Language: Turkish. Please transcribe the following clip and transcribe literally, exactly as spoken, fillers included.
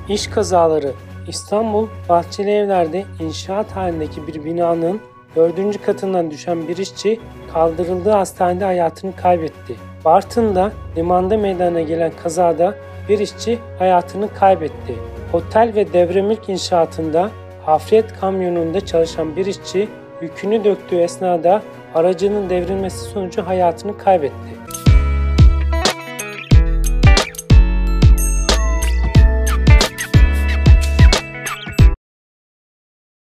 İş kazaları. İstanbul Bahçelievler'de inşaat halindeki bir binanın dördüncü katından düşen bir işçi kaldırıldığı hastanede hayatını kaybetti. Bartın'da limanda meydana gelen kazada bir işçi hayatını kaybetti. Otel ve devremülk inşaatında hafriyat kamyonunda çalışan bir işçi yükünü döktüğü esnada aracının devrilmesi sonucu hayatını kaybetti.